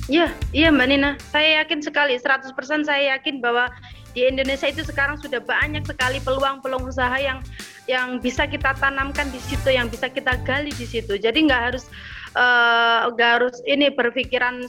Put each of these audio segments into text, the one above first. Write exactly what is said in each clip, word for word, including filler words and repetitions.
Iya, iya Mbak Nina. Saya yakin sekali, seratus persen saya yakin bahwa di Indonesia itu sekarang sudah banyak sekali peluang-peluang usaha yang yang bisa kita tanamkan di situ, yang bisa kita gali di situ. Jadi nggak harus uh, nggak harus ini berpikiran.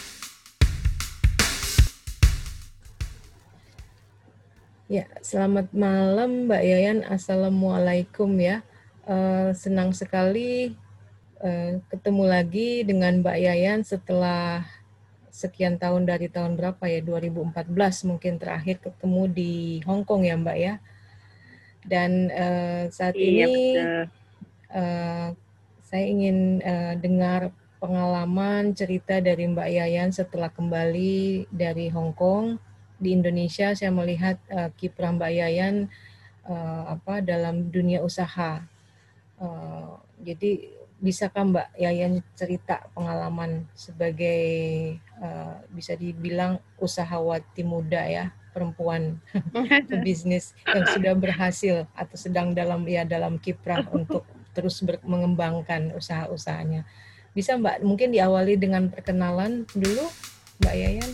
Ya, selamat malam Mbak Yayan. Assalamualaikum ya. Uh, senang sekali uh, ketemu lagi dengan Mbak Yayan setelah sekian tahun, dari tahun berapa ya, dua ribu empat belas mungkin terakhir ketemu di Hong Kong ya Mbak ya. Dan uh, saat Iya ini betul. uh, saya ingin uh, dengar pengalaman cerita dari Mbak Yayan setelah kembali dari Hong Kong. Di Indonesia saya melihat uh, kiprah Mbak Yayan uh, apa dalam dunia usaha. Uh, jadi bisakah Mbak Yayan cerita pengalaman sebagai uh, bisa dibilang usahawati muda ya, perempuan pebisnis yang sudah berhasil atau sedang dalam ya dalam kiprah untuk terus ber- mengembangkan usaha-usahanya. Bisa Mbak mungkin diawali dengan perkenalan dulu Mbak Yayan?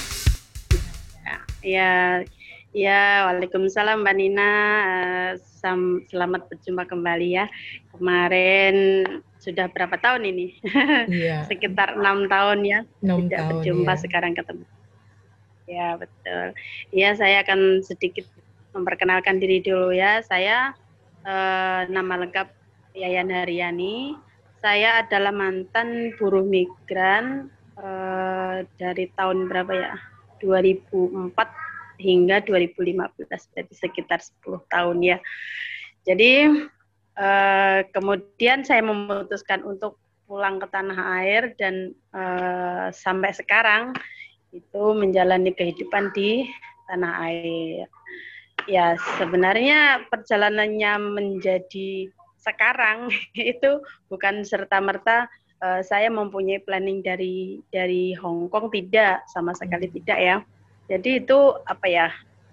Ya, ya, Waalaikumsalam Mbak Nina. Uh, sam, selamat berjumpa kembali ya. Kemarin sudah berapa tahun ini? Iya, Sekitar enam tahun ya enam tidak tahun berjumpa, ya. sekarang ketemu. Ya betul. Ya, saya akan sedikit memperkenalkan diri dulu ya. Saya uh, nama lengkap Yayan Haryani. Saya adalah mantan buruh migran uh, dari tahun berapa ya? dua ribu empat hingga dua ribu lima belas, jadi sekitar sepuluh tahun ya. Jadi uh, kemudian saya memutuskan untuk pulang ke tanah air dan uh, sampai sekarang itu menjalani kehidupan di tanah air. Ya, sebenarnya perjalanannya menjadi sekarang itu bukan serta-merta uh, saya mempunyai planning dari dari Hong Kong, tidak, sama sekali tidak ya. Jadi itu apa ya,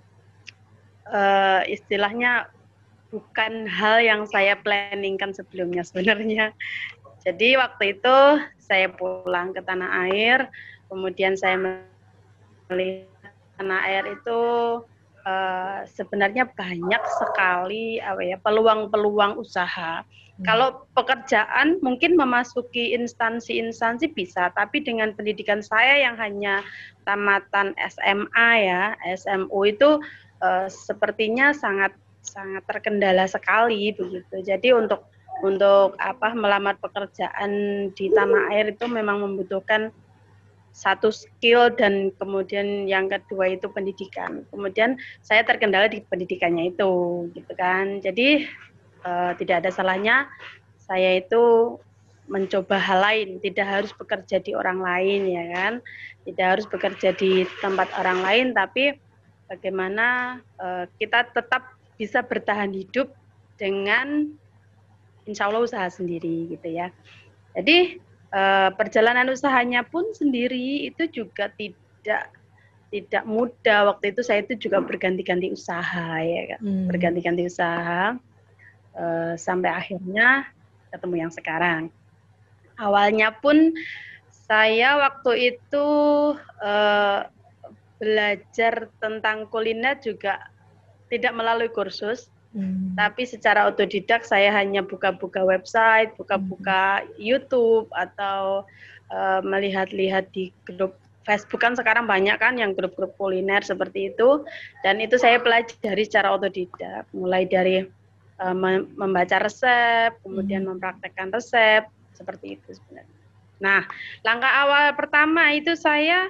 uh, istilahnya bukan hal yang saya planningkan sebelumnya sebenarnya. Jadi waktu itu saya pulang ke tanah air, kemudian saya melihat tanah air itu uh, sebenarnya banyak sekali apa ya peluang-peluang usaha. Hmm. Kalau pekerjaan mungkin memasuki instansi-instansi bisa, tapi dengan pendidikan saya yang hanya tamatan S M A ya, S M U itu uh, sepertinya sangat sangat terkendala sekali begitu. Jadi untuk untuk apa melamar pekerjaan di tanah air itu memang membutuhkan satu skill, dan kemudian yang kedua itu pendidikan. Kemudian saya terkendala di pendidikannya itu, gitu kan. Jadi uh, tidak ada salahnya saya itu mencoba hal lain, tidak harus bekerja di orang lain ya kan, tidak harus bekerja di tempat orang lain, tapi bagaimana uh, kita tetap bisa bertahan hidup dengan insya Allah usaha sendiri gitu ya. Jadi eh, perjalanan usahanya pun sendiri itu juga tidak tidak mudah. Waktu itu saya itu juga berganti-ganti usaha ya kan, hmm. berganti-ganti usaha eh, sampai akhirnya ketemu yang sekarang. Awalnya pun saya waktu itu eh, belajar tentang kuliner juga tidak melalui kursus. Hmm. Tapi secara otodidak saya hanya buka-buka website, buka-buka hmm. YouTube, atau uh, melihat-lihat di grup Facebook, kan sekarang banyak kan yang grup-grup kuliner seperti itu, dan itu saya pelajari secara otodidak, mulai dari uh, membaca resep, kemudian hmm. mempraktekkan resep, seperti itu sebenarnya. Nah, langkah awal pertama itu saya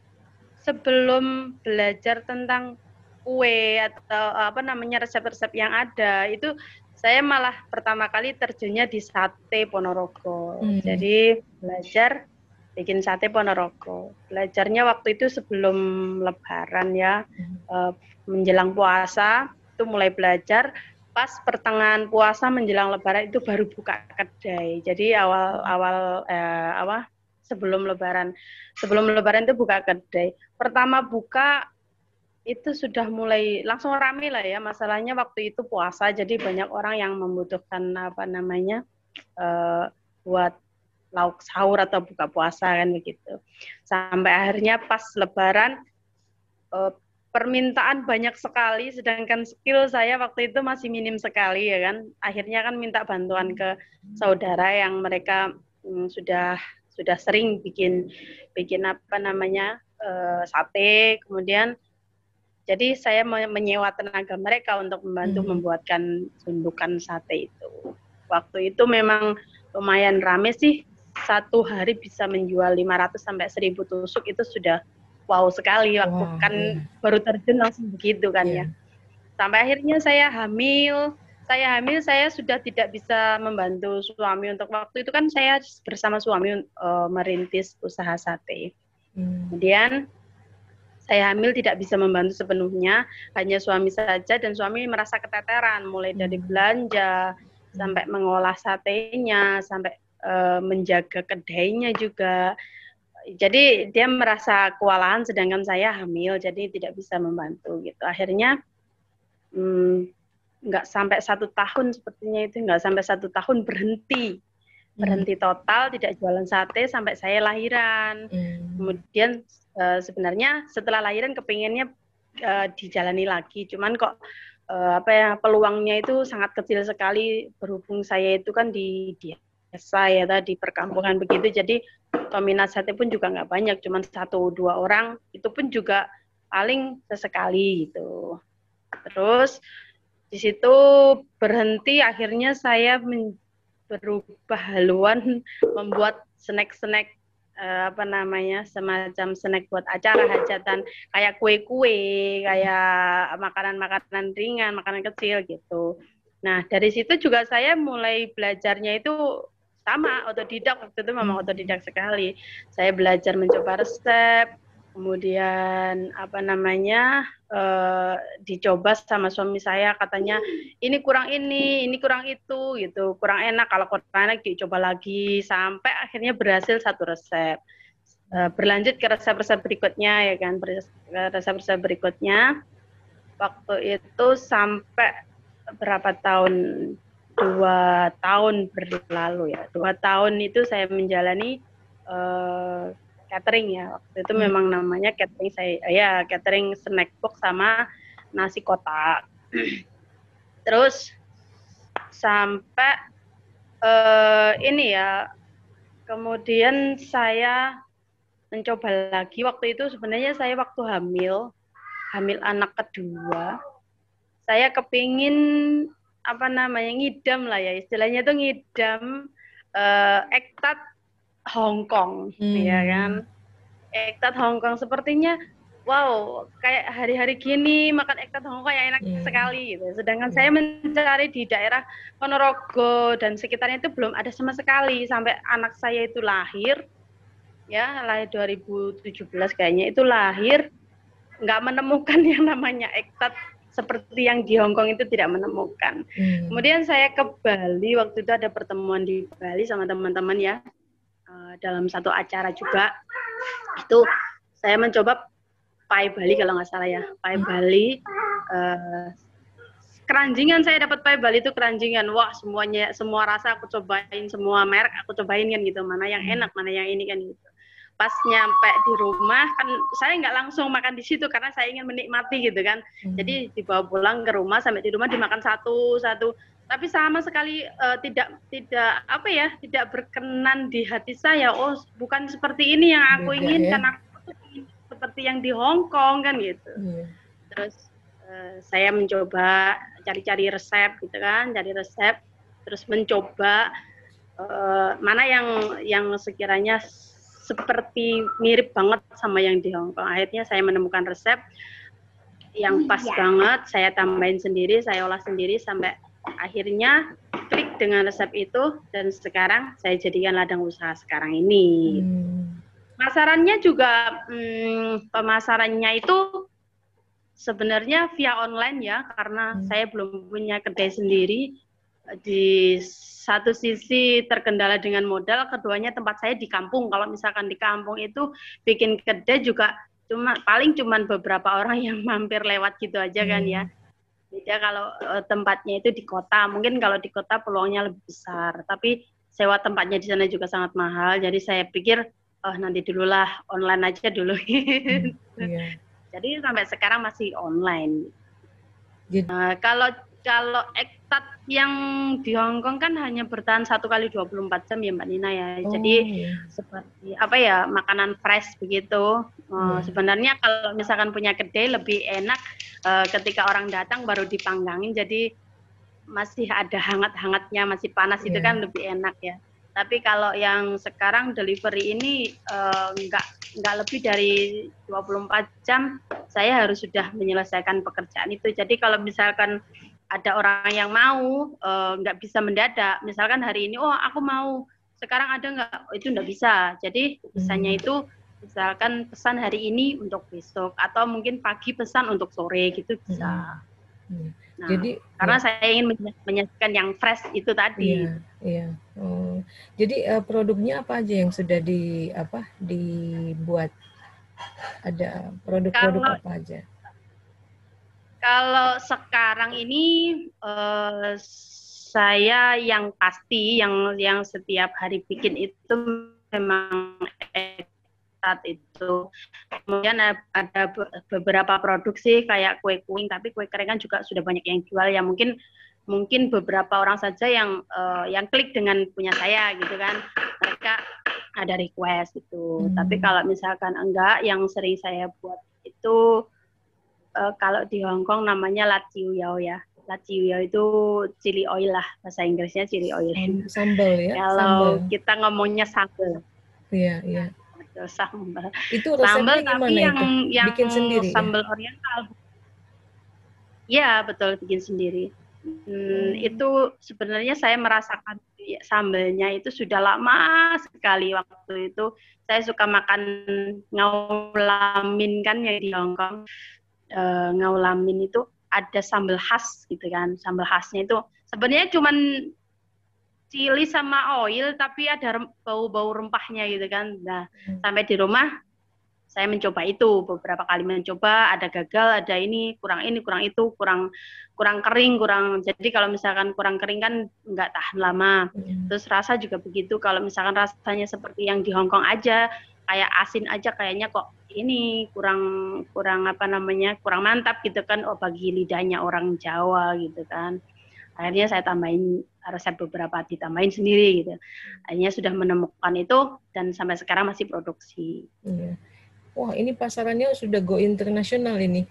sebelum belajar tentang kue atau apa namanya resep-resep yang ada, itu saya malah pertama kali terjunnya di sate Ponorogo. Hmm. Jadi belajar bikin sate Ponorogo. Belajarnya waktu itu sebelum Lebaran ya, hmm. uh, menjelang puasa itu mulai belajar. Pas pertengahan puasa menjelang Lebaran itu baru buka kedai. Jadi awal-awal eh, apa sebelum Lebaran, sebelum Lebaran itu buka kedai. Pertama buka itu sudah mulai langsung rame lah ya. Masalahnya waktu itu puasa, jadi banyak orang yang membutuhkan apa namanya uh, buat lauk sahur atau buka puasa kan begitu. Sampai akhirnya pas Lebaran uh, permintaan banyak sekali, sedangkan skill saya waktu itu masih minim sekali ya kan. Akhirnya kan minta bantuan ke saudara yang mereka hmm, sudah sudah sering bikin bikin apa namanya uh, sate, kemudian jadi saya menyewa tenaga mereka untuk membantu hmm. membuatkan gundukan sate itu. Waktu itu memang lumayan rame sih, satu hari bisa menjual lima ratus sampai seribu tusuk, itu sudah wow sekali. Waktu wow, kan yeah. baru terjun langsung begitu kan yeah. ya. Sampai akhirnya saya hamil, saya hamil saya sudah tidak bisa membantu suami. Untuk waktu itu kan saya bersama suami uh, merintis usaha sate. Hmm. Kemudian saya hamil tidak bisa membantu sepenuhnya, hanya suami saja, dan suami merasa keteteran, mulai dari belanja, hmm. sampai mengolah satenya, sampai uh, menjaga kedainya juga. Jadi dia merasa kewalahan, sedangkan saya hamil, jadi tidak bisa membantu gitu. Akhirnya hmm, nggak sampai satu tahun sepertinya itu, nggak sampai satu tahun berhenti. Berhenti total, tidak jualan sate sampai saya lahiran. Hmm. Kemudian uh, sebenarnya setelah lahiran kepinginnya uh, dijalani lagi, cuman kok uh, apa ya peluangnya itu sangat kecil sekali, berhubung saya itu kan di desa ya, di perkampungan begitu, jadi peminat sate pun juga nggak banyak, cuman satu dua orang, itu pun juga paling sesekali gitu. Terus di situ berhenti, akhirnya saya men berubah haluan membuat snack-snack uh, apa namanya semacam snack buat acara hajatan, kayak kue-kue, kayak makanan-makanan ringan, makanan kecil gitu. Nah dari situ juga saya mulai belajarnya itu sama otodidak, waktu itu memang otodidak sekali. Saya belajar mencoba resep, kemudian apa namanya uh, dicoba sama suami saya, katanya ini kurang ini, ini kurang itu gitu, kurang enak, kalau kurang enak dicoba lagi, sampai akhirnya berhasil satu resep. Uh, berlanjut ke resep-resep berikutnya ya kan, resep-resep berikutnya waktu itu sampai berapa tahun, dua tahun berlalu ya, dua tahun itu saya menjalani uh, catering ya, waktu itu hmm. memang namanya catering saya ya, catering snack box sama nasi kotak. Terus sampai uh, ini ya, kemudian saya mencoba lagi, waktu itu sebenarnya saya waktu hamil hamil anak kedua, saya kepingin apa namanya ngidam lah ya, istilahnya tuh ngidam uh, ektat Hongkong, hmm. ya kan, ektat Hongkong, sepertinya wow, kayak hari-hari gini makan ektat Hongkong yang enak hmm. sekali gitu. Sedangkan hmm. saya mencari di daerah Ponorogo dan sekitarnya itu belum ada sama sekali, sampai anak saya itu lahir, ya lahir dua ribu tujuh belas kayaknya, itu lahir nggak menemukan yang namanya ektat seperti yang di Hongkong, itu tidak menemukan. Hmm. Kemudian saya ke Bali, waktu itu ada pertemuan di Bali sama teman-teman ya, uh, dalam satu acara juga, itu saya mencoba pai Bali kalau nggak salah ya, pai Bali, uh, keranjingan, saya dapat pai Bali itu keranjingan, wah semuanya, semua rasa aku cobain, semua merek aku cobain kan gitu, mana yang enak, mana yang ini kan gitu. Pas nyampe di rumah kan saya nggak langsung makan di situ karena saya ingin menikmati gitu kan. Hmm. Jadi dibawa pulang ke rumah, sampai di rumah dimakan satu-satu. Tapi sama sekali uh, tidak tidak apa ya, tidak berkenan di hati saya. Oh, bukan seperti ini yang aku Beda, inginkan. Ya? Aku ingin seperti yang di Hongkong kan gitu. Hmm. Terus uh, saya mencoba cari-cari resep gitu kan, cari resep, terus mencoba uh, mana yang yang sekiranya seperti mirip banget sama yang di Hongkong. Akhirnya saya menemukan resep yang pas iya. banget, saya tambahin sendiri, saya olah sendiri, sampai akhirnya klik dengan resep itu, dan sekarang saya jadikan ladang usaha sekarang ini. Hmm. Pemasarannya juga, hmm, pemasarannya itu sebenarnya via online ya, karena hmm. saya belum punya kedai sendiri. Di satu sisi terkendala dengan modal, keduanya tempat saya di kampung. Kalau misalkan di kampung itu bikin kedai juga cuma paling cuman beberapa orang yang mampir lewat gitu aja kan ya. Beda kalau uh, tempatnya itu di kota, mungkin kalau di kota peluangnya lebih besar. Tapi sewa tempatnya di sana juga sangat mahal. Jadi saya pikir, oh nanti dululah online aja dulu. Hmm, iya. Jadi sampai sekarang masih online. Jadi, Nah, kalau kalau ektat yang di Hong Kong kan hanya bertahan satu kali dua puluh empat jam ya Mbak Nina ya. oh Jadi iya. seperti apa ya, makanan fresh begitu. Uh, Iya. sebenarnya kalau misalkan punya kedai lebih enak uh, ketika orang datang baru dipanggangin, jadi masih ada hangat-hangatnya, masih panas, itu Iya. kan lebih enak ya. Tapi kalau yang sekarang delivery ini uh, nggak nggak lebih dari dua puluh empat jam saya harus sudah menyelesaikan pekerjaan itu. Jadi kalau misalkan ada orang yang mau uh, nggak bisa mendadak, misalkan hari ini oh aku mau, sekarang ada nggak, oh, itu nggak bisa. Jadi bisanya Hmm. itu misalkan pesan hari ini untuk besok, atau mungkin pagi pesan untuk sore gitu bisa. Hmm. Nah, Jadi karena ya. saya ingin menyajikan yang fresh itu tadi. Iya, iya. Oh. Jadi uh, produknya apa aja yang sudah di apa dibuat? Ada produk-produk Kalau apa aja? kalau sekarang ini uh, saya yang pasti yang yang setiap hari bikin itu memang ektat itu. Kemudian ada beberapa produksi kayak kue kering, tapi kue kering kan juga sudah banyak yang jual ya, mungkin mungkin beberapa orang saja yang uh, yang klik dengan punya saya gitu kan, mereka ada request itu. Hmm. Tapi kalau misalkan enggak, yang sering saya buat itu uh, kalau di Hong Kong namanya laciu yao ya. Laciu yao itu chili oil lah, bahasa Inggrisnya chili oil. Sambal ya, Kalau sambal. kita ngomongnya sambal. Iya, iya. Sambal. Itu Sambal resepnya tapi gimana yang itu? yang Bikin sendiri ya? sambal oriental. Ya, betul, bikin sendiri. Hmm, itu sebenarnya saya merasakan ya, sambalnya itu sudah lama sekali. Waktu itu saya suka makan ngaulamin kan yang di Hong Kong. E, ngaulamin itu ada sambal khas gitu kan. Sambal khasnya itu sebenarnya cuman chili sama oil, tapi ada bau-bau rempahnya gitu kan. Nah, hmm. sampai di rumah saya mencoba itu beberapa kali, mencoba, ada gagal, ada ini kurang ini kurang itu, kurang kurang kering, kurang, jadi kalau misalkan kurang kering kan nggak tahan lama. Hmm. Terus rasa juga begitu, kalau misalkan rasanya seperti yang di Hong Kong aja, kayak asin aja, kayaknya kok ini kurang kurang apa namanya kurang mantap gitu kan. Oh, bagi lidahnya orang Jawa gitu kan. Akhirnya saya tambahin resep beberapa, ditambahin sendiri gitu. Akhirnya sudah menemukan itu dan sampai sekarang masih produksi. Iya. Wah, ini pasarannya sudah go internasional ini.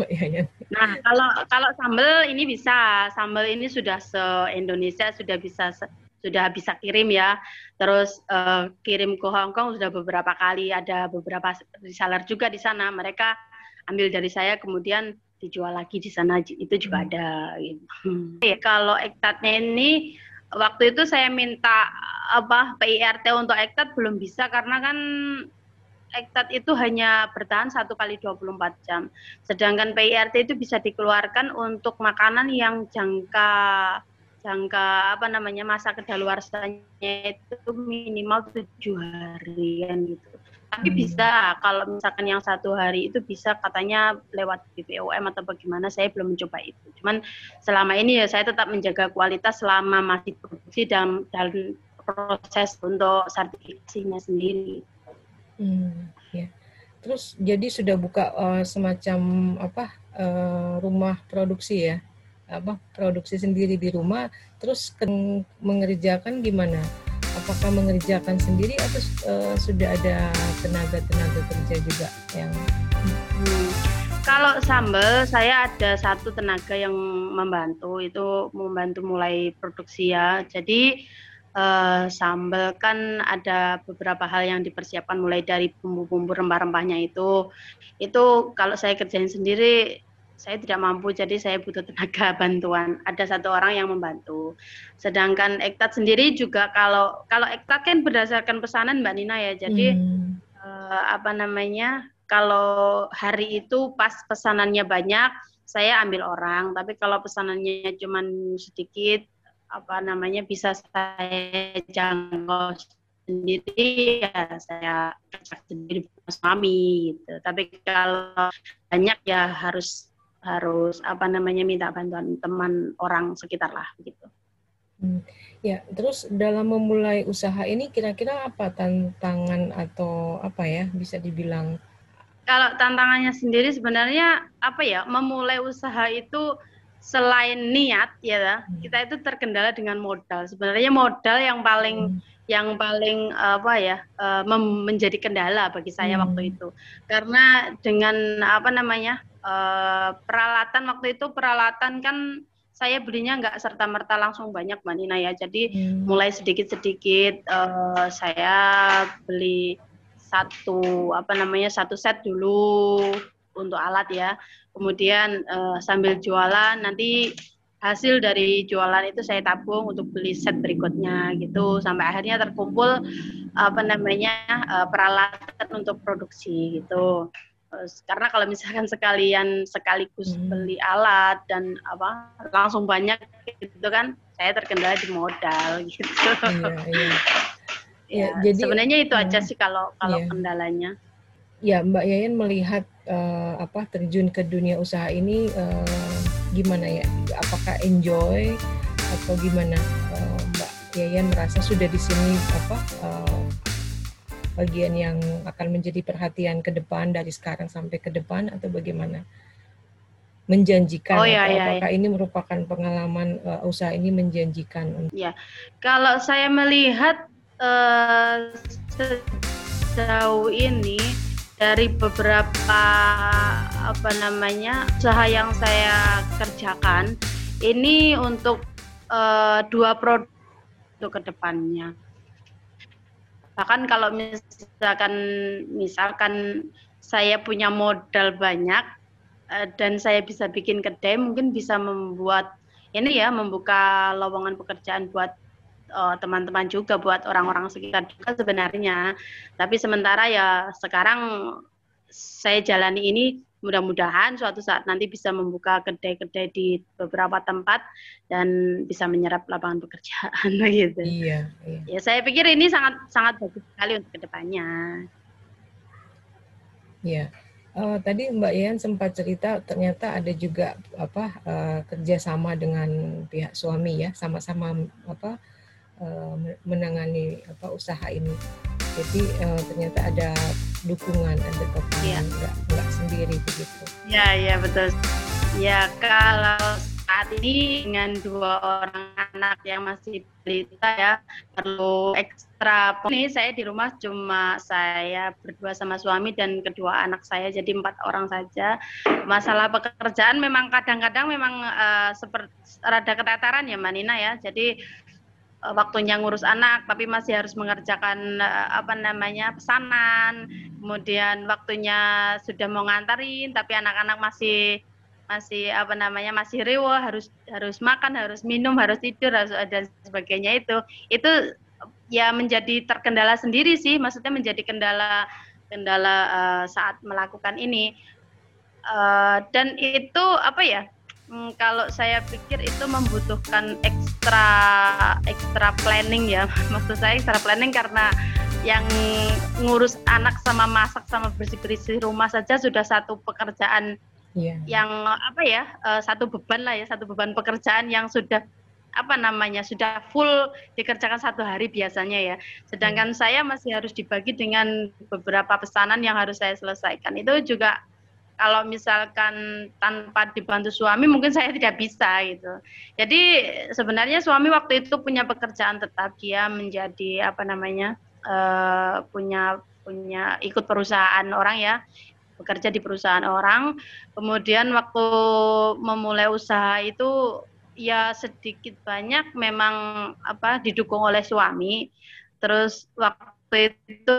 Nah, kalau kalau sambal ini bisa, sambal ini sudah se-Indonesia sudah bisa sudah bisa kirim ya. Terus uh, kirim ke Hong Kong sudah beberapa kali, ada beberapa reseller juga di sana. Mereka ambil dari saya kemudian dijual lagi di sana, itu juga hmm. ada. Gitu. Hmm. Kalau ektatnya ini waktu itu saya minta apa P I R T untuk ektat belum bisa karena kan ektat itu hanya bertahan satu kali dua puluh empat jam. Sedangkan P I R T itu bisa dikeluarkan untuk makanan yang jangka jangka apa namanya masa kedaluarsanya itu minimal tujuh harian gitu. Tapi hmm. bisa kalau misalkan yang satu hari itu bisa katanya lewat B P O M atau bagaimana, saya belum mencoba itu. Cuman selama ini ya saya tetap menjaga kualitas selama masih produksi dan, dan proses untuk sertifikasinya sendiri. Hmm, ya. Terus jadi sudah buka uh, semacam apa uh, rumah produksi ya, apa produksi sendiri di rumah. Terus ke- mengerjakan gimana? Apakah mengerjakan sendiri atau uh, sudah ada tenaga-tenaga kerja juga yang? Hmm. Kalau sambal saya ada satu tenaga yang membantu, itu membantu mulai produksi ya. Jadi Uh, sambal kan ada beberapa hal yang dipersiapkan mulai dari bumbu-bumbu rempah-rempahnya itu. Itu kalau saya kerjain sendiri saya tidak mampu, jadi saya butuh tenaga bantuan. Ada satu orang yang membantu. Sedangkan ektat sendiri juga kalau kalau ektat kan berdasarkan pesanan Mbak Nina ya. Jadi hmm. uh, apa namanya? Kalau hari itu pas pesanannya banyak, saya ambil orang. Tapi kalau pesanannya cuma sedikit, apa namanya bisa saya jangkau sendiri ya saya kerja sendiri bersama suami gitu. Tapi kalau banyak ya harus harus apa namanya minta bantuan teman orang sekitar lah gitu. Hmm. Ya, terus dalam memulai usaha ini kira-kira apa tantangan atau apa ya bisa dibilang? Kalau tantangannya sendiri sebenarnya apa ya, memulai usaha itu selain niat ya, Hmm. kita itu terkendala dengan modal. Sebenarnya modal yang paling Hmm. yang paling apa ya, uh, menjadi kendala bagi saya waktu Hmm. itu. Karena dengan apa namanya, uh, peralatan waktu itu peralatan kan saya belinya nggak serta-merta langsung banyak Mbak Nina ya. Jadi Hmm. mulai sedikit-sedikit uh, saya beli satu apa namanya satu set dulu untuk alat ya. Kemudian uh, sambil jualan nanti hasil dari jualan itu saya tabung untuk beli set berikutnya gitu sampai akhirnya terkumpul apa namanya uh, peralatan untuk produksi gitu. Karena kalau misalkan sekalian sekaligus Hmm. beli alat dan apa langsung banyak gitu kan saya terkendala di modal gitu. Iya, iya. Ya, Ya, jadi sebenarnya itu aja uh, sih kalau kalau ya. kendalanya. Ya, Mbak Yayan melihat uh, apa terjun ke dunia usaha ini uh, gimana ya? Apakah enjoy atau gimana? Uh, Mbak Yayan merasa sudah di sini apa uh, bagian yang akan menjadi perhatian ke depan dari sekarang sampai ke depan atau bagaimana? Menjanjikan Oh ya atau ya ya. apakah ini merupakan pengalaman uh, usaha ini menjanjikan? Ya, kalau saya melihat uh, sejauh ini dari beberapa apa namanya usaha yang saya kerjakan ini untuk uh, dua produk ke depannya. Bahkan kalau misalkan misalkan saya punya modal banyak uh, dan saya bisa bikin kedai mungkin bisa membuat ini ya membuka lowongan pekerjaan buat teman-teman uh, juga buat orang-orang sekitar juga sebenarnya. Tapi sementara ya sekarang saya jalani ini mudah-mudahan suatu saat nanti bisa membuka kedai-kedai di beberapa tempat dan bisa menyerap lapangan pekerjaan begitu. Iya, iya. Ya saya pikir ini sangat sangat bagus sekali untuk kedepannya. Iya. Uh, tadi Mbak Yan sempat cerita ternyata ada juga apa uh, kerjasama dengan pihak suami ya, sama-sama apa uh, menangani apa usaha ini. Jadi uh, ternyata ada dukungan, ada topangan, ya. nggak nggak sendiri begitu. Ya, ya betul. Ya kalau saat ini dengan dua orang anak yang masih balita ya perlu ekstra. Ini saya di rumah cuma saya berdua sama suami dan kedua anak saya jadi empat orang saja. Masalah pekerjaan memang kadang-kadang memang uh, seperti rada keteteran ya Mbak Nina ya. Jadi uh, waktunya ngurus anak tapi masih harus mengerjakan uh, apa namanya pesanan. Kemudian waktunya sudah mau nganterin tapi anak-anak masih masih apa namanya masih riweh harus harus makan harus minum harus tidur harus dan sebagainya itu itu ya menjadi terkendala sendiri sih maksudnya menjadi kendala kendala uh, saat melakukan ini uh, dan itu apa ya hmm, kalau saya pikir itu membutuhkan ekstra ekstra planning ya maksud saya ekstra planning karena yang ngurus anak sama masak sama bersih-bersih rumah saja sudah satu pekerjaan yeah. yang apa ya uh, satu beban lah ya satu beban pekerjaan yang sudah apa namanya sudah full dikerjakan satu hari biasanya ya sedangkan yeah. saya masih harus dibagi dengan beberapa pesanan yang harus saya selesaikan itu juga kalau misalkan tanpa dibantu suami mungkin saya tidak bisa gitu jadi sebenarnya suami waktu itu punya pekerjaan tetap dia menjadi apa namanya uh, punya punya ikut perusahaan orang ya bekerja di perusahaan orang, kemudian waktu memulai usaha itu ya sedikit banyak memang apa didukung oleh suami. Terus waktu itu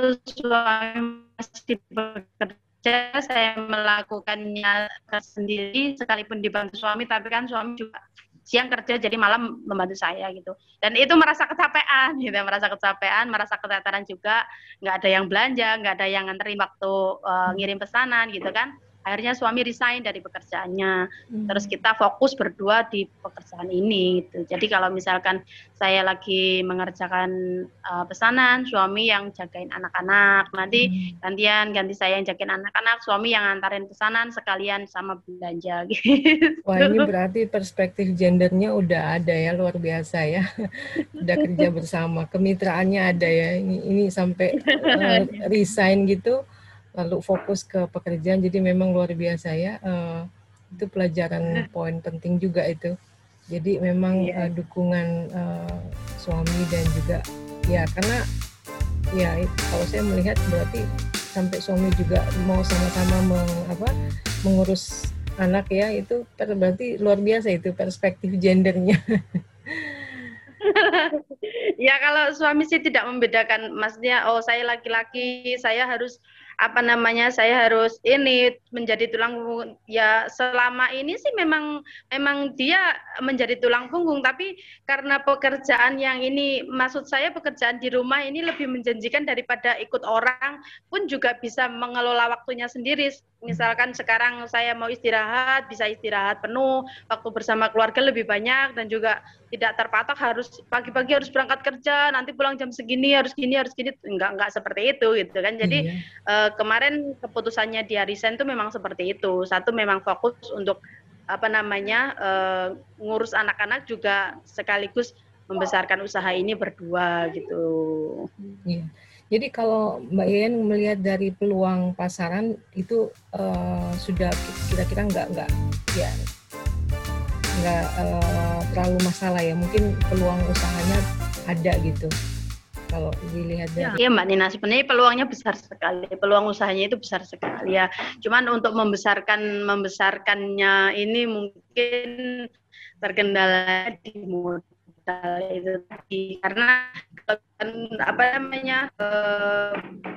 suami masih bekerja, saya melakukannya sendiri sekalipun dibantu suami, tapi kan suami juga siang kerja jadi malam membantu saya gitu dan itu merasa kecapean gitu merasa kecapean merasa keteteran juga nggak ada yang belanja nggak ada yang nganterin waktu uh, ngirim pesanan gitu kan akhirnya suami resign dari pekerjaannya. Hmm. Terus kita fokus berdua di pekerjaan ini gitu. Jadi kalau misalkan saya lagi mengerjakan uh, pesanan, suami yang jagain anak-anak. Nanti Hmm. gantian, ganti saya yang jagain anak-anak, suami yang ngantarin pesanan sekalian sama belanja gitu. Wah, ini berarti perspektif gendernya udah ada ya, luar biasa ya. Udah kerja bersama, kemitraannya ada ya. Ini, ini sampai uh, resign gitu, lalu fokus ke pekerjaan. Jadi memang luar biasa ya. Uh, itu pelajaran poin penting juga itu. Jadi memang yeah. uh, dukungan uh, suami dan juga ya, karena ya kalau saya melihat berarti sampai suami juga mau sama-sama meng, apa, mengurus anak ya, itu berarti luar biasa itu perspektif gendernya. Ya kalau suami sih tidak membedakan, maksudnya oh saya laki-laki, saya harus apa namanya, saya harus ini menjadi tulang punggung. Ya selama ini sih memang memang dia menjadi tulang punggung, tapi karena pekerjaan yang ini, maksud saya pekerjaan di rumah ini lebih menjanjikan daripada ikut orang pun juga bisa mengelola waktunya sendiri. Misalkan sekarang saya mau istirahat, bisa istirahat penuh, waktu bersama keluarga lebih banyak, dan juga tidak terpatok harus pagi-pagi harus berangkat kerja, nanti pulang jam segini, harus gini, harus gini. Enggak, enggak seperti itu gitu kan. Jadi iya. eh, kemarin keputusannya dia resign itu memang seperti itu. Satu memang fokus untuk apa namanya eh, ngurus anak-anak, juga sekaligus membesarkan usaha ini berdua gitu. Iya. Jadi kalau Mbak Yayan melihat dari peluang pasaran itu uh, sudah kira-kira nggak nggak ya nggak uh, terlalu masalah ya, mungkin peluang usahanya ada gitu kalau dilihat dari. Iya Mbak Nina, sebenarnya peluangnya besar sekali, peluang usahanya itu besar sekali ya. Cuman untuk membesarkan membesarkannya ini mungkin terkendala di modal itu tadi, karena apa namanya eh,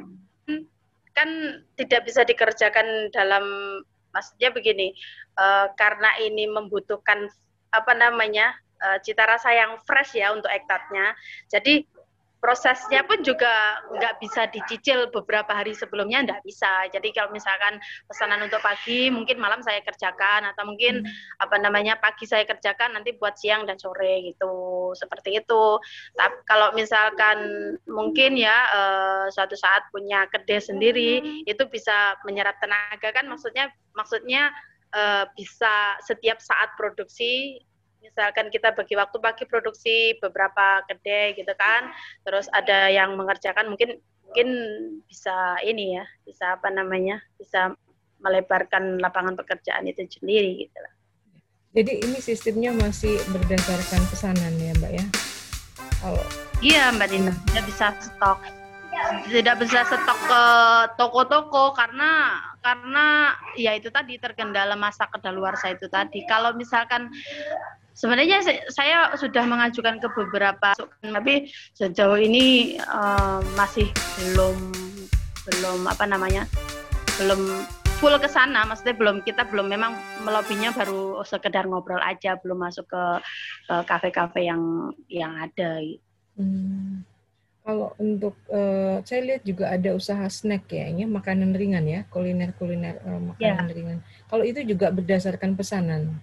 kan tidak bisa dikerjakan dalam, maksudnya begini, eh, karena ini membutuhkan apa namanya eh, cita rasa yang fresh ya untuk ektatnya, jadi prosesnya pun juga nggak bisa dicicil beberapa hari sebelumnya, nggak bisa. Jadi kalau misalkan pesanan untuk pagi, mungkin malam saya kerjakan, atau mungkin hmm. apa namanya pagi saya kerjakan, nanti buat siang dan sore gitu, seperti itu. Tapi kalau misalkan mungkin ya eh, suatu saat punya kedai sendiri, itu bisa menyerap tenaga kan, maksudnya maksudnya eh, bisa setiap saat produksi. Misalkan kita bagi waktu pagi produksi beberapa kedai gitu kan, terus ada yang mengerjakan, mungkin mungkin bisa ini ya, bisa apa namanya, bisa melebarkan lapangan pekerjaan itu sendiri gitu lah. Jadi ini sistemnya masih berdasarkan pesanan ya Mbak ya? Kalau iya Mbak Dina, tidak bisa stok, tidak bisa stok ke toko-toko karena karena ya itu tadi terkendala masa kedaluarsa itu tadi. Kalau misalkan sebenarnya saya sudah mengajukan ke beberapa, tapi sejauh ini uh, masih belum belum apa namanya belum full ke sana, maksudnya belum, kita belum, memang melobinya baru sekedar ngobrol aja, belum masuk ke, ke kafe-kafe yang yang ada. Hmm. Kalau untuk uh, saya lihat juga ada usaha snack ya, ini makanan ringan ya, kuliner-kuliner uh, makanan yeah. ringan. Kalau itu juga berdasarkan pesanan.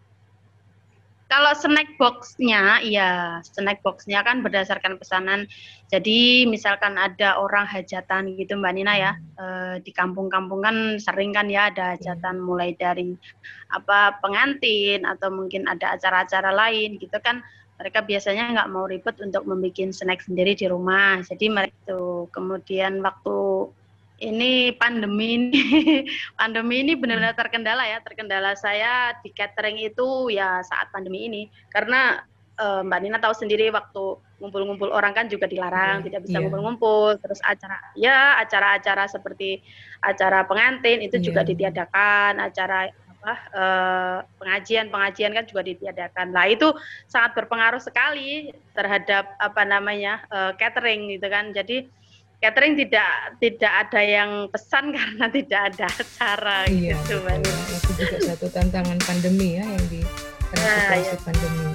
Kalau snack box-nya, ya snack box-nya kan berdasarkan pesanan. Jadi misalkan ada orang hajatan gitu Mbak Nina ya, e, di kampung-kampung kan sering kan ya ada hajatan, mulai dari apa pengantin atau mungkin ada acara-acara lain gitu kan. Mereka biasanya nggak mau ribet untuk membuat snack sendiri di rumah. Jadi mereka itu kemudian waktu ini pandemi ini pandemi ini benar-benar terkendala ya, terkendala saya di catering itu ya saat pandemi ini, karena e, Mbak Nina tahu sendiri waktu ngumpul-ngumpul orang kan juga dilarang, yeah, tidak bisa yeah. ngumpul-ngumpul, terus acara ya acara-acara seperti acara pengantin itu yeah. juga ditiadakan, acara apa e, pengajian-pengajian kan juga ditiadakan. Lah itu sangat berpengaruh sekali terhadap apa namanya e, catering gitu kan. Jadi catering tidak tidak ada yang pesan karena tidak ada acara iya, gitu. Betul, ya. Itu juga satu tantangan pandemi ya, yang di nah, situasi ya. pandemi.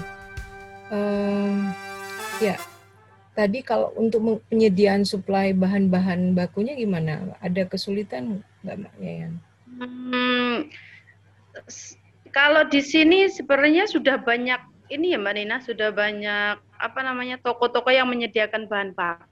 Um, ya, tadi kalau untuk penyediaan suplai bahan-bahan bakunya gimana? Ada kesulitan nggak Mbak Yayan? Hmm, kalau di sini sebenarnya sudah banyak ini ya Mbak Nina, sudah banyak apa namanya toko-toko yang menyediakan bahan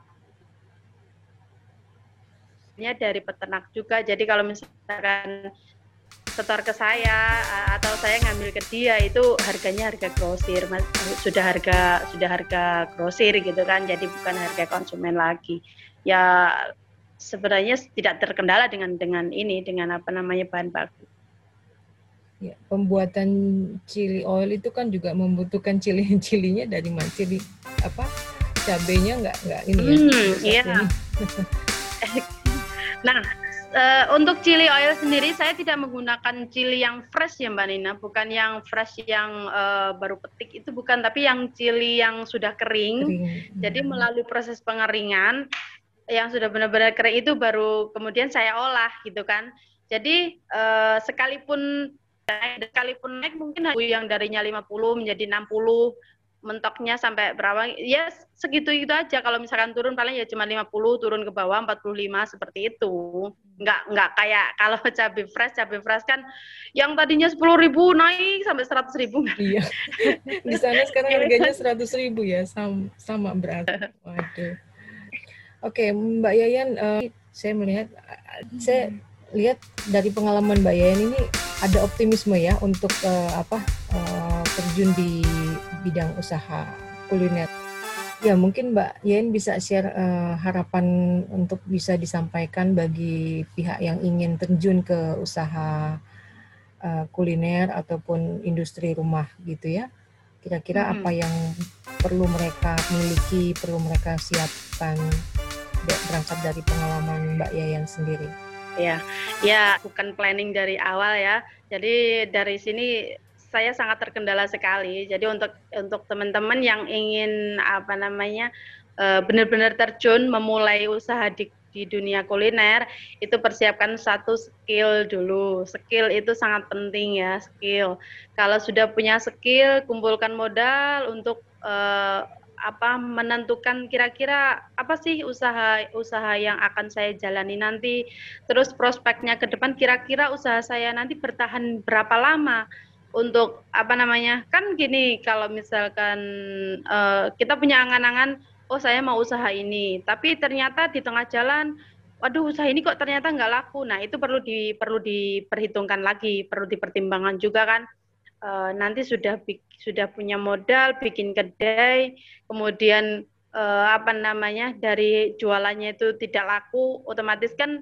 bakunya dari peternak juga. Jadi kalau misalkan setor ke saya atau saya ngambil ke dia itu harganya harga grosir, sudah harga sudah harga grosir gitu kan. Jadi bukan harga konsumen lagi. Ya sebenarnya tidak terkendala dengan dengan ini dengan apa namanya bahan baku. Ya, pembuatan chili oil itu kan juga membutuhkan cili-cilinya dari mana? Cili apa? Cabenya nggak nggak ini ya? Hmm, iya. Ini. Nah, uh, untuk chili oil sendiri saya tidak menggunakan chili yang fresh ya Mbak Nina, bukan yang fresh yang uh, baru petik itu bukan, tapi yang chili yang sudah kering. kering. Jadi melalui proses pengeringan yang sudah benar-benar kering itu baru kemudian saya olah gitu kan. Jadi uh, sekalipun sekalipun naik mungkin yang darinya lima puluh menjadi enam puluh, mentoknya sampai berapa ya segitu itu aja. Kalau misalkan turun paling ya cuma lima puluh, turun ke bawah empat puluh lima seperti itu. Enggak enggak kayak kalau cabai fresh, cabai fresh kan yang tadinya sepuluh ribu naik sampai seratus ribu. Iya. Di sana sekarang harganya seratus ribu ya, sama, sama berarti. Waduh. Oke, Mbak Yayan, uh, saya melihat saya lihat dari pengalaman Mbak Yayan ini ada optimisme ya untuk uh, apa uh, terjun di bidang usaha kuliner. Ya mungkin Mbak Yayan bisa share uh, harapan untuk bisa disampaikan bagi pihak yang ingin terjun ke usaha uh, kuliner ataupun industri rumah gitu ya. Kira-kira hmm. apa yang perlu mereka miliki, perlu mereka siapkan berangkat dari pengalaman Mbak Yayan sendiri. Ya, ya bukan planning dari awal ya. Jadi dari sini saya sangat terkendala sekali. Jadi untuk untuk teman-teman yang ingin apa namanya uh, benar-benar terjun memulai usaha di di dunia kuliner, itu persiapkan satu skill dulu. Skill itu sangat penting ya, skill. Kalau sudah punya skill, kumpulkan modal untuk uh, apa menentukan kira-kira apa sih usaha usaha yang akan saya jalani nanti, terus prospeknya ke depan kira-kira usaha saya nanti bertahan berapa lama untuk apa namanya kan gini kalau misalkan uh, kita punya angan-angan oh saya mau usaha ini tapi ternyata di tengah jalan waduh usaha ini kok ternyata nggak laku, nah itu perlu di perlu diperhitungkan lagi, perlu dipertimbangkan juga kan. Uh, nanti sudah sudah punya modal bikin kedai, kemudian uh, apa namanya dari jualannya itu tidak laku, otomatis kan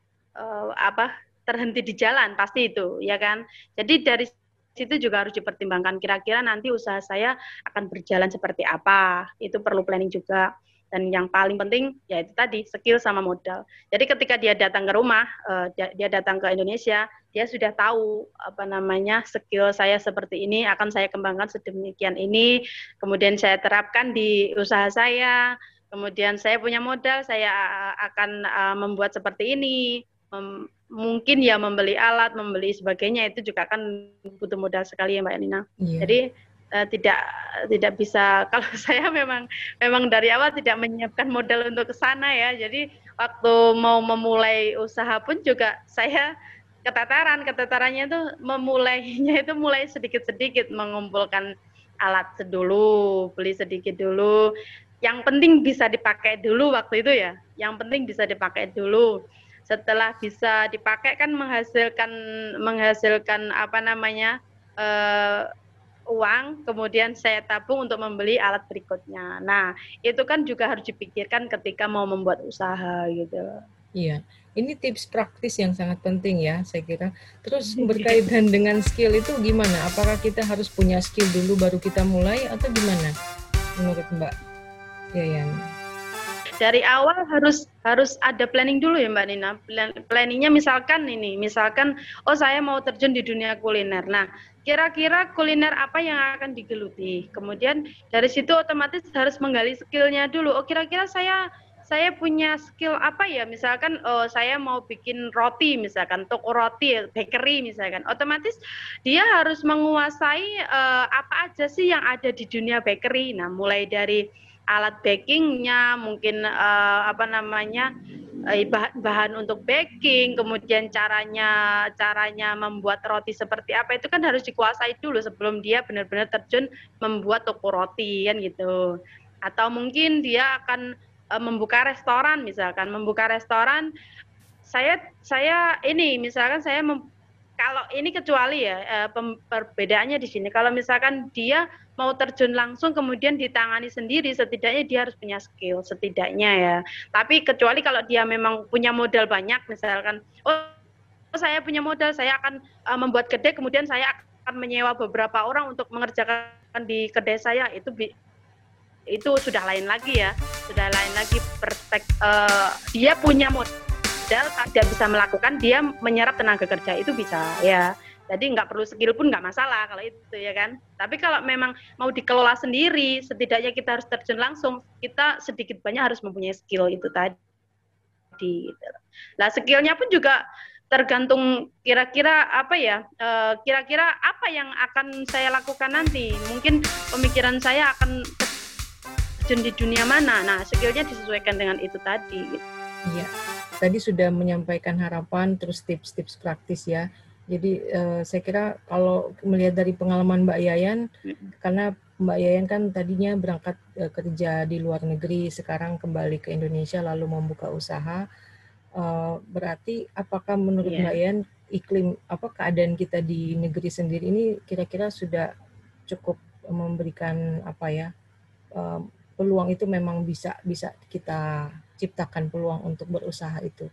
uh, apa terhenti di jalan pasti itu ya kan. Jadi dari situ juga harus dipertimbangkan kira-kira nanti usaha saya akan berjalan seperti apa, itu perlu planning juga. Dan yang paling penting yaitu tadi skill sama modal. Jadi ketika dia datang ke rumah, uh, dia, dia datang ke Indonesia, dia sudah tahu apa namanya skill saya seperti ini akan saya kembangkan sedemikian ini, kemudian saya terapkan di usaha saya, kemudian saya punya modal, saya akan uh, membuat seperti ini, Mem mungkin ya membeli alat, membeli sebagainya itu juga kan butuh modal sekali ya Mbak Nina. Yeah. Jadi uh, tidak tidak bisa kalau saya memang memang dari awal tidak menyiapkan modal untuk ke sana ya. Jadi waktu mau memulai usaha pun juga saya ketataran, ketatarannya itu memulainya itu mulai sedikit-sedikit mengumpulkan alat dulu, beli sedikit dulu. Yang penting bisa dipakai dulu waktu itu ya. Yang penting bisa dipakai dulu. Setelah bisa dipakai kan menghasilkan menghasilkan apa namanya uh, uang, kemudian saya tabung untuk membeli alat berikutnya. Nah, itu kan juga harus dipikirkan ketika mau membuat usaha gitu. Iya, ini tips praktis yang sangat penting ya, saya kira. Terus berkaitan dengan skill itu gimana? Apakah kita harus punya skill dulu baru kita mulai atau gimana menurut Mbak Yayan? Dari awal harus harus ada planning dulu ya Mbak Nina. Planningnya misalkan ini, misalkan oh saya mau terjun di dunia kuliner. Nah, kira-kira kuliner apa yang akan digeluti? Kemudian dari situ otomatis harus menggali skillnya dulu. Oh kira-kira saya saya punya skill apa ya? Misalkan oh saya mau bikin roti, misalkan toko roti, bakery misalkan. Otomatis dia harus menguasai uh, apa aja sih yang ada di dunia bakery. Nah, mulai dari alat bakingnya, mungkin uh, apa namanya eh, bahan, bahan untuk baking, kemudian caranya caranya membuat roti seperti apa itu kan harus dikuasai dulu sebelum dia benar-benar terjun membuat toko roti kan gitu. Atau mungkin dia akan eh, membuka restoran misalkan, membuka restoran saya saya ini misalkan saya mem, kalau ini kecuali ya eh, pem, perbedaannya di sini. Kalau misalkan dia mau terjun langsung kemudian ditangani sendiri, setidaknya dia harus punya skill setidaknya ya. Tapi kecuali kalau dia memang punya modal banyak, misalkan, oh saya punya modal, saya akan uh, membuat kedai, kemudian saya akan menyewa beberapa orang untuk mengerjakan di kedai saya, itu itu sudah lain lagi ya, sudah lain lagi perspektif. Uh, dia punya modal, tidak bisa melakukan, dia menyerap tenaga kerja itu bisa ya. Jadi nggak perlu skill pun nggak masalah kalau itu ya kan. Tapi kalau memang mau dikelola sendiri, setidaknya kita harus terjun langsung. Kita sedikit banyak harus mempunyai skill itu tadi. Gitu. Nah skillnya pun juga tergantung kira-kira apa ya. Kira-kira apa yang akan saya lakukan nanti. Mungkin pemikiran saya akan terjun di dunia mana. Nah skillnya disesuaikan dengan itu tadi. Gitu. Iya. Tadi sudah menyampaikan harapan, terus tips-tips praktis ya. Jadi eh, saya kira kalau melihat dari pengalaman Mbak Yayan, hmm. karena Mbak Yayan kan tadinya berangkat eh, kerja di luar negeri, sekarang kembali ke Indonesia lalu membuka usaha. Eh, berarti apakah menurut yeah. Mbak Yayan iklim apa keadaan kita di negeri sendiri ini kira-kira sudah cukup memberikan apa ya eh, peluang itu memang bisa bisa kita ciptakan peluang untuk berusaha itu?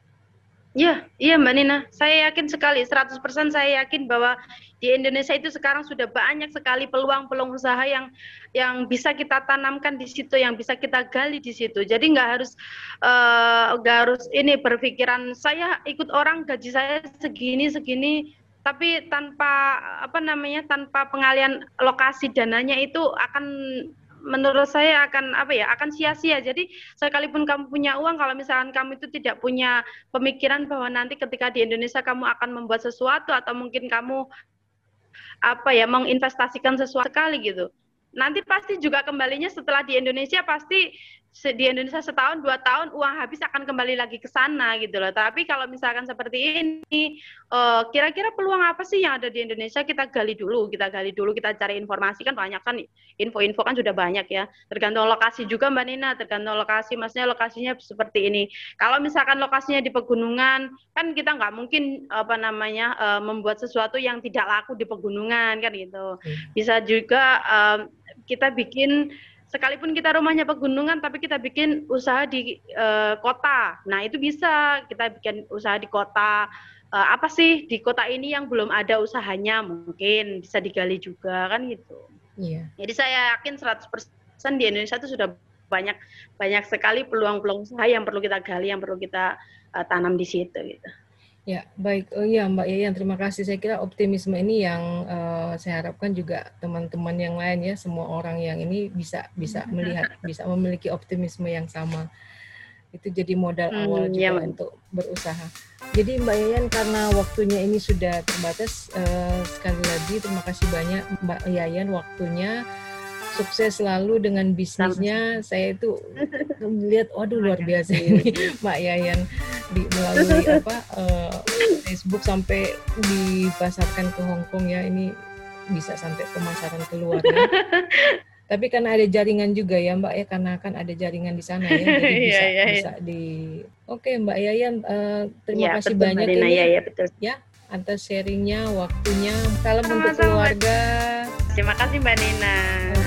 Iya, iya Mbak Nina, saya yakin sekali, seratus persen saya yakin bahwa di Indonesia itu sekarang sudah banyak sekali peluang-peluang usaha yang yang bisa kita tanamkan di situ, yang bisa kita gali di situ. Jadi nggak harus uh, nggak harus ini berpikiran saya ikut orang gaji saya segini segini, tapi tanpa apa namanya tanpa pengalian lokasi dananya itu akan menurut saya akan apa ya akan sia-sia. Jadi sekalipun kamu punya uang, kalau misalkan kamu itu tidak punya pemikiran bahwa nanti ketika di Indonesia kamu akan membuat sesuatu atau mungkin kamu apa ya menginvestasikan sesuatu sekali gitu, nanti pasti juga kembalinya setelah di Indonesia pasti di Indonesia setahun dua tahun uang habis akan kembali lagi ke sana gitu loh. Tapi kalau misalkan seperti ini, uh, kira-kira peluang apa sih yang ada di Indonesia, kita gali dulu, kita gali dulu, kita cari informasi, kan banyak kan info-info kan sudah banyak ya. Tergantung lokasi juga Mbak Nina, tergantung lokasi, maksudnya lokasinya seperti ini. Kalau misalkan lokasinya di pegunungan, kan kita nggak mungkin apa namanya uh, membuat sesuatu yang tidak laku di pegunungan kan gitu. Bisa juga uh, kita bikin sekalipun kita rumahnya pegunungan tapi kita bikin usaha di uh, kota. Nah, itu bisa kita bikin usaha di kota. Uh, apa sih di kota ini yang belum ada usahanya, mungkin bisa digali juga kan gitu. Iya. Jadi saya yakin seratus persen di Indonesia itu sudah banyak banyak sekali peluang-peluang usaha yang perlu kita gali, yang perlu kita uh, tanam di situ gitu. Ya, baik. Oh iya, Mbak Yayan, terima kasih. Saya kira optimisme ini yang uh, saya harapkan juga teman-teman yang lain ya, semua orang yang ini bisa bisa melihat, bisa memiliki optimisme yang sama. Itu jadi modal hmm, awal juga ya, untuk berusaha. Jadi Mbak Yayan, karena waktunya ini sudah terbatas, uh, sekali lagi terima kasih banyak Mbak Yayan waktunya. Sukses selalu dengan bisnisnya. Saya itu melihat, waduh luar biasa ini Mbak Yayan di melalui apa uh, Facebook sampai dipasarkan ke Hong Kong ya, ini bisa sampai pemasaran keluar ya. Tapi karena ada jaringan juga ya Mbak ya, karena kan ada jaringan di sana ya, jadi bisa yeah, yeah, bisa yeah. di. Oke Mbak Yayan, uh, terima yeah, kasih betul, banyak Marina, ini ya, ya, betul. ya atas sharingnya, waktunya. Salam Sama-sama. Untuk keluarga. Terima kasih Mbak Nina.